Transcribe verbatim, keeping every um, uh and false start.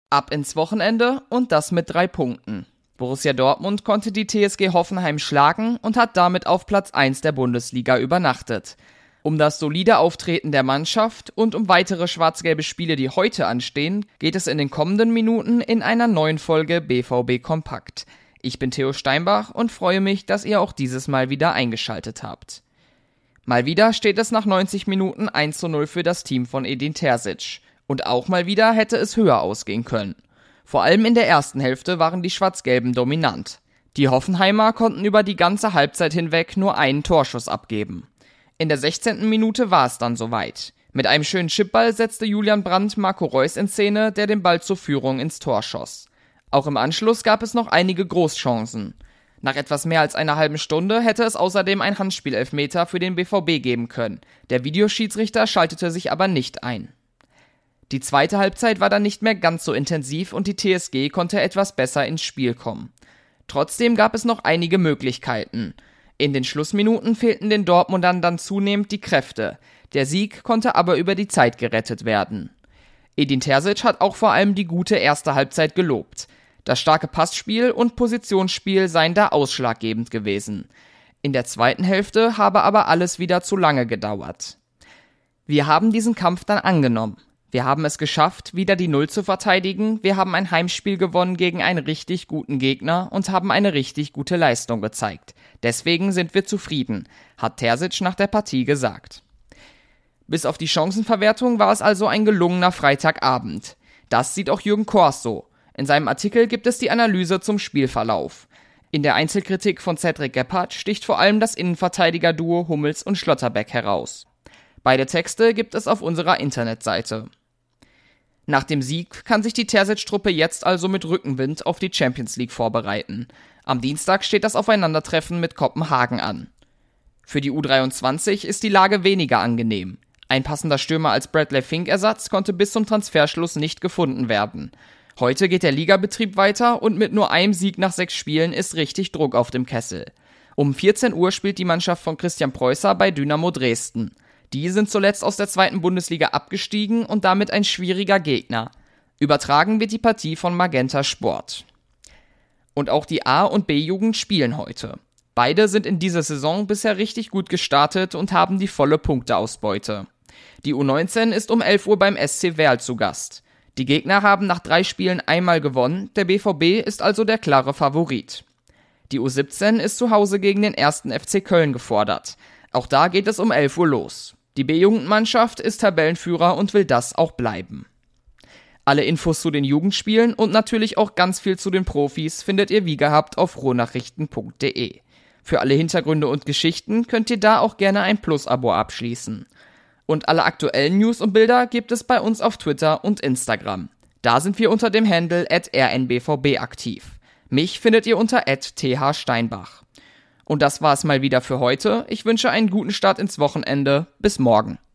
Ab ins Wochenende und das mit drei Punkten. Borussia Dortmund konnte die T S G Hoffenheim schlagen und hat damit auf Platz eins der Bundesliga übernachtet. Um das solide Auftreten der Mannschaft und um weitere schwarz-gelbe Spiele, die heute anstehen, geht es in den kommenden Minuten in einer neuen Folge B V B Kompakt. Ich bin Theo Steinbach und freue mich, dass ihr auch dieses Mal wieder eingeschaltet habt. Mal wieder steht es nach neunzig Minuten eins zu null für das Team von Edin Terzic. Und auch mal wieder hätte es höher ausgehen können. Vor allem in der ersten Hälfte waren die Schwarz-Gelben dominant. Die Hoffenheimer konnten über die ganze Halbzeit hinweg nur einen Torschuss abgeben. In der sechzehnten Minute war es dann soweit. Mit einem schönen Chipball setzte Julian Brandt Marco Reus in Szene, der den Ball zur Führung ins Tor schoss. Auch im Anschluss gab es noch einige Großchancen. Nach etwas mehr als einer halben Stunde hätte es außerdem ein Handspielelfmeter für den B V B geben können. Der Videoschiedsrichter schaltete sich aber nicht ein. Die zweite Halbzeit war dann nicht mehr ganz so intensiv und die T S G konnte etwas besser ins Spiel kommen. Trotzdem gab es noch einige Möglichkeiten. In den Schlussminuten fehlten den Dortmundern dann zunehmend die Kräfte. Der Sieg konnte aber über die Zeit gerettet werden. Edin Terzic hat auch vor allem die gute erste Halbzeit gelobt. Das starke Passspiel und Positionsspiel seien da ausschlaggebend gewesen. In der zweiten Hälfte habe aber alles wieder zu lange gedauert. Wir haben diesen Kampf dann angenommen. Wir haben es geschafft, wieder die Null zu verteidigen, wir haben ein Heimspiel gewonnen gegen einen richtig guten Gegner und haben eine richtig gute Leistung gezeigt. Deswegen sind wir zufrieden, hat Terzic nach der Partie gesagt. Bis auf die Chancenverwertung war es also ein gelungener Freitagabend. Das sieht auch Jürgen Kors so. In seinem Artikel gibt es die Analyse zum Spielverlauf. In der Einzelkritik von Cedric Gebhardt sticht vor allem das Innenverteidiger-Duo Hummels und Schlotterbeck heraus. Beide Texte gibt es auf unserer Internetseite. Nach dem Sieg kann sich die Terzic-Truppe jetzt also mit Rückenwind auf die Champions League vorbereiten. Am Dienstag steht das Aufeinandertreffen mit Kopenhagen an. Für die U dreiundzwanzig ist die Lage weniger angenehm. Ein passender Stürmer als Bradley Fink-Ersatz konnte bis zum Transferschluss nicht gefunden werden. Heute geht der Ligabetrieb weiter und mit nur einem Sieg nach sechs Spielen ist richtig Druck auf dem Kessel. Um vierzehn Uhr spielt die Mannschaft von Christian Preußer bei Dynamo Dresden. Die sind zuletzt aus der zweiten Bundesliga abgestiegen und damit ein schwieriger Gegner. Übertragen wird die Partie von Magenta Sport. Und auch die A- und B-Jugend spielen heute. Beide sind in dieser Saison bisher richtig gut gestartet und haben die volle Punkteausbeute. Die U neunzehn ist um elf Uhr beim S C Verl zu Gast. Die Gegner haben nach drei Spielen einmal gewonnen, der B V B ist also der klare Favorit. Die U siebzehn ist zu Hause gegen den ersten F C Köln gefordert. Auch da geht es um elf Uhr los. Die B-Jugendmannschaft ist Tabellenführer und will das auch bleiben. Alle Infos zu den Jugendspielen und natürlich auch ganz viel zu den Profis findet ihr wie gehabt auf ruhrnachrichten punkt de. Für alle Hintergründe und Geschichten könnt ihr da auch gerne ein Plus-Abo abschließen. Und alle aktuellen News und Bilder gibt es bei uns auf Twitter und Instagram. Da sind wir unter dem Handle at r n b v b aktiv. Mich findet ihr unter at t h steinbach. Und das war's mal wieder für heute. Ich wünsche einen guten Start ins Wochenende. Bis morgen.